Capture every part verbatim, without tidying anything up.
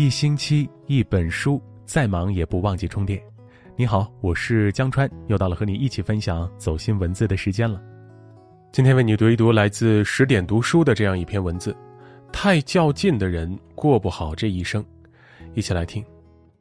一星期一本书，再忙也不忘记充电。你好，我是江川，又到了和你一起分享走心文字的时间了。今天为你读一读来自十点读书的这样一篇文字：太较劲的人过不好这一生。一起来听。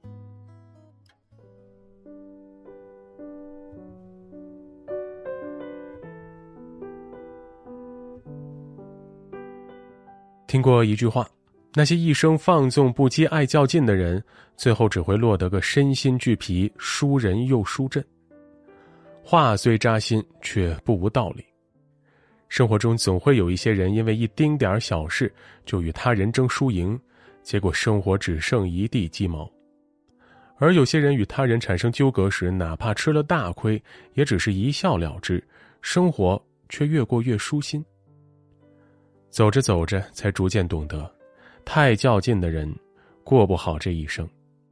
听过一句话，那些一生放纵不羁爱较劲的人，最后只会落得个身心俱疲，输人又输阵。话虽扎心，却不无道理。生活中总会有一些人因为一丁点小事就与他人争输赢，结果生活只剩一地鸡毛。而有些人与他人产生纠葛时，哪怕吃了大亏，也只是一笑了之，生活却越过越舒心。走着走着，才逐渐懂得，太较劲的人过不好这一生。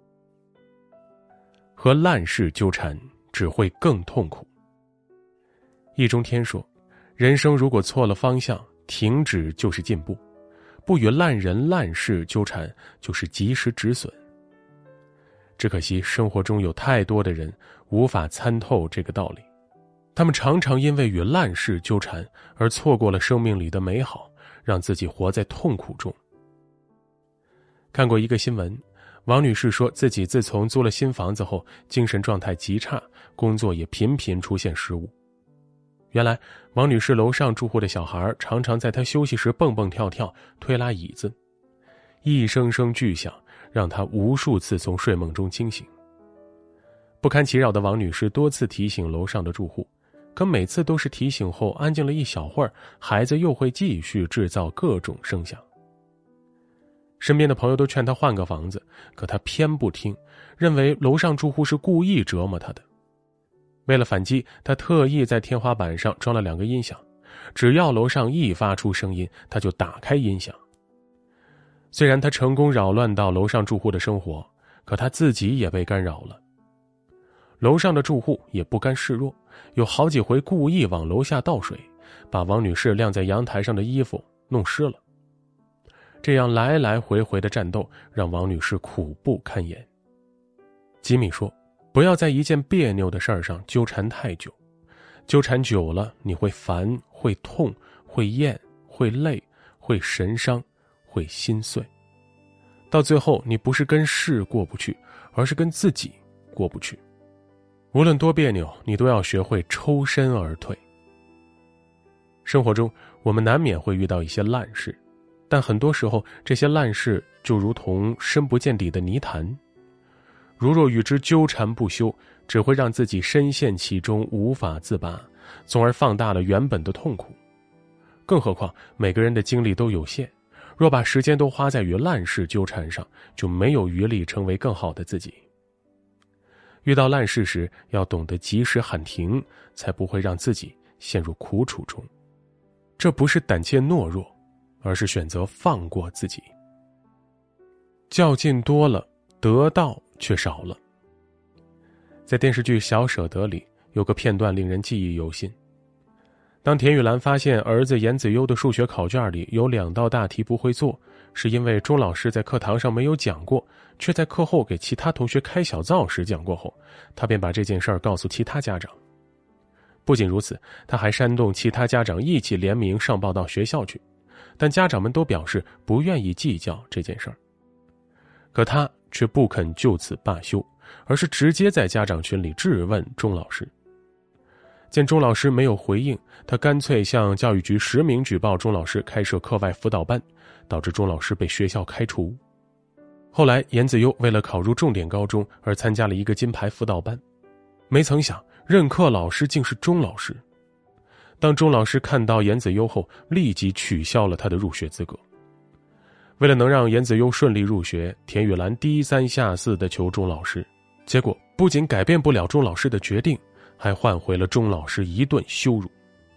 和烂事纠缠只会更痛苦。易中天说，人生如果错了方向，停止就是进步，不与烂人烂事纠缠就是及时止损。只可惜生活中有太多的人无法参透这个道理，他们常常因为与烂事纠缠而错过了生命里的美好，让自己活在痛苦中。看过一个新闻，王女士说自己自从租了新房子后，精神状态极差，工作也频频出现失误。原来王女士楼上住户的小孩常常在她休息时蹦蹦跳跳，推拉椅子，一声声巨响让她无数次从睡梦中惊醒。不堪其扰的王女士多次提醒楼上的住户，可每次都是提醒后安静了一小会儿，孩子又会继续制造各种声响。身边的朋友都劝她换个房子，可她偏不听，认为楼上住户是故意折磨她的。为了反击，她特意在天花板上装了两个音响，只要楼上一发出声音，她就打开音响。虽然她成功扰乱到楼上住户的生活，可她自己也被干扰了。楼上的住户也不甘示弱，有好几回故意往楼下倒水，把王女士晾在阳台上的衣服弄湿了。这样来来回回的战斗让王女士苦不堪言。吉米说，不要在一件别扭的事儿上纠缠太久，纠缠久了你会烦，会痛，会厌，会累，会神伤，会心碎。到最后你不是跟事过不去，而是跟自己过不去。无论多别扭，你都要学会抽身而退。生活中我们难免会遇到一些烂事，但很多时候这些烂事就如同深不见底的泥潭，如若与之纠缠不休，只会让自己深陷其中无法自拔，从而放大了原本的痛苦。更何况每个人的精力都有限，若把时间都花在与烂事纠缠上，就没有余力成为更好的自己。遇到烂事时，要懂得及时喊停，才不会让自己陷入苦楚中。这不是胆怯懦弱，而是选择放过自己。较劲多了，得到却少了。在电视剧《小舍得》里，有个片段令人记忆犹新。当田雨岚发现儿子严子优的数学考卷里有两道大题不会做，是因为钟老师在课堂上没有讲过，却在课后给其他同学开小灶时讲过后，他便把这件事儿告诉其他家长。不仅如此，他还煽动其他家长一起联名上报到学校去，但家长们都表示不愿意计较这件事儿。可他却不肯就此罢休，而是直接在家长群里质问钟老师。见钟老师没有回应，他干脆向教育局实名举报钟老师开设课外辅导班，导致钟老师被学校开除。后来严子优为了考入重点高中而参加了一个金牌辅导班，没曾想任课老师竟是钟老师。当钟老师看到严子优后，立即取消了他的入学资格。为了能让严子优顺利入学，田雨岚低三下四地求钟老师，结果不仅改变不了钟老师的决定，还换回了钟老师一顿羞辱。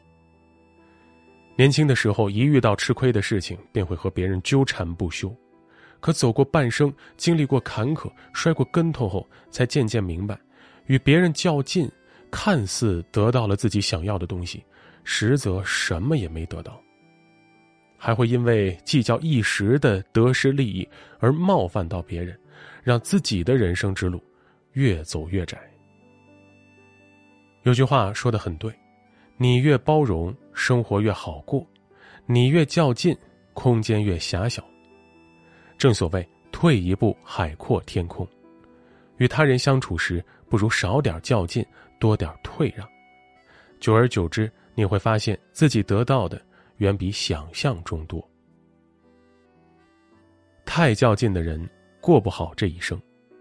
年轻的时候，一遇到吃亏的事情，便会和别人纠缠不休。可走过半生，经历过坎坷，摔过跟头后，才渐渐明白，与别人较劲，看似得到了自己想要的东西，实则什么也没得到。 还会因为计较一时的得失利益而冒犯到别人，让自己的人生之路越走越窄。有句话说得很对，你越包容，生活越好过；你越较劲，空间越狭小。正所谓退一步海阔天空，与他人相处时，不如少点较劲，多点退让。久而久之，你会发现自己得到的远比想象中多。太较劲的人过不好这一生。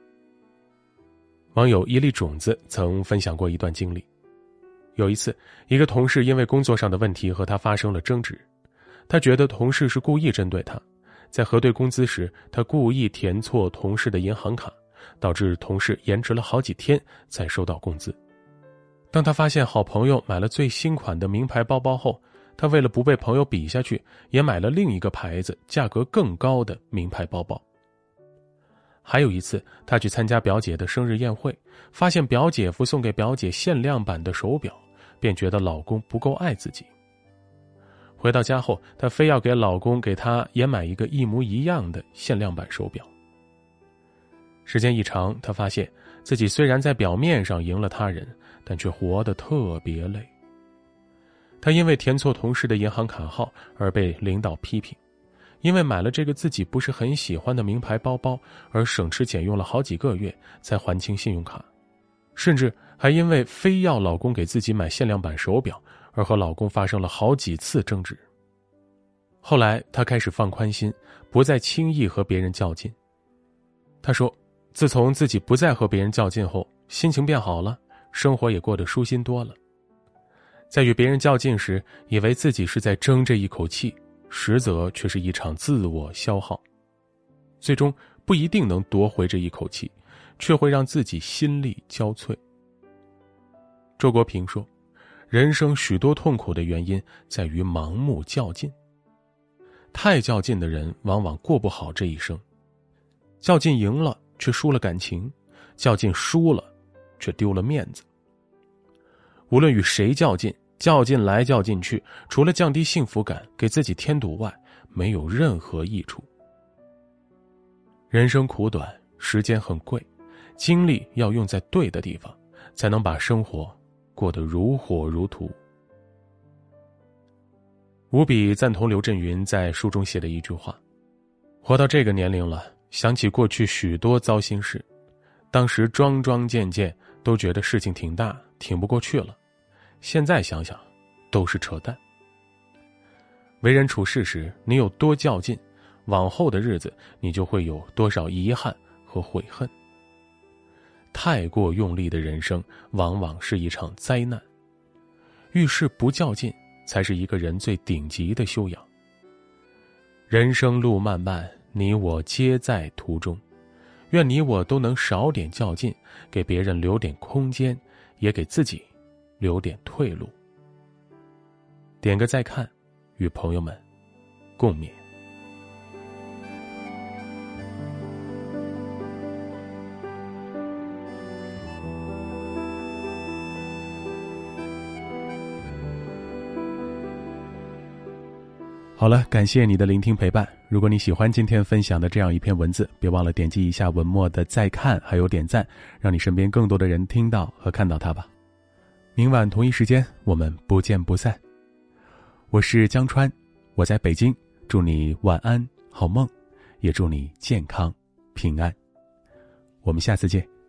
网友一粒种子曾分享过一段经历。有一次，一个同事因为工作上的问题和他发生了争执，他觉得同事是故意针对他，在核对工资时，他故意填错同事的银行卡，导致同事延迟了好几天才收到工资。当他发现好朋友买了最新款的名牌包包后，他为了不被朋友比下去，也买了另一个牌子价格更高的名牌包包。还有一次，他去参加表姐的生日宴会，发现表姐夫送给表姐限量版的手表，便觉得老公不够爱自己。回到家后，她非要给老公给她也买一个一模一样的限量版手表。时间一长，她发现自己虽然在表面上赢了他人，但却活得特别累。她因为填错同事的银行卡号而被领导批评，因为买了这个自己不是很喜欢的名牌包包而省吃俭用了好几个月才还清信用卡，甚至还因为非要老公给自己买限量版手表而和老公发生了好几次争执。后来她开始放宽心，不再轻易和别人较劲。她说，自从自己不再和别人较劲后，心情变好了，生活也过得舒心多了。在与别人较劲时，以为自己是在争这一口气，实则却是一场自我消耗，最终不一定能夺回这一口气，却会让自己心力交瘁。周国平说，人生许多痛苦的原因在于盲目较劲。太较劲的人往往过不好这一生，较劲赢了却输了感情，较劲输了却丢了面子。无论与谁较劲，较劲来较劲去，除了降低幸福感，给自己添堵外，没有任何益处。人生苦短，时间很贵，精力要用在对的地方，才能把生活过得如火如荼。无比赞同刘震云在书中写的一句话，活到这个年龄了，想起过去许多糟心事，当时桩桩件件都觉得事情挺大，挺不过去了，现在想想都是扯淡。为人处事时，你有多较劲，往后的日子你就会有多少遗憾和悔恨。太过用力的人生往往是一场灾难，遇事不较劲才是一个人最顶级的修养。人生路漫漫，你我皆在途中，愿你我都能少点较劲，给别人留点空间，也给自己留点退路。点个再看，与朋友们共勉。好了，感谢你的聆听陪伴。如果你喜欢今天分享的这样一篇文字，别忘了点击一下文末的再看还有点赞，让你身边更多的人听到和看到它吧。明晚同一时间我们不见不散。我是江川，我在北京，祝你晚安好梦，也祝你健康平安。我们下次见。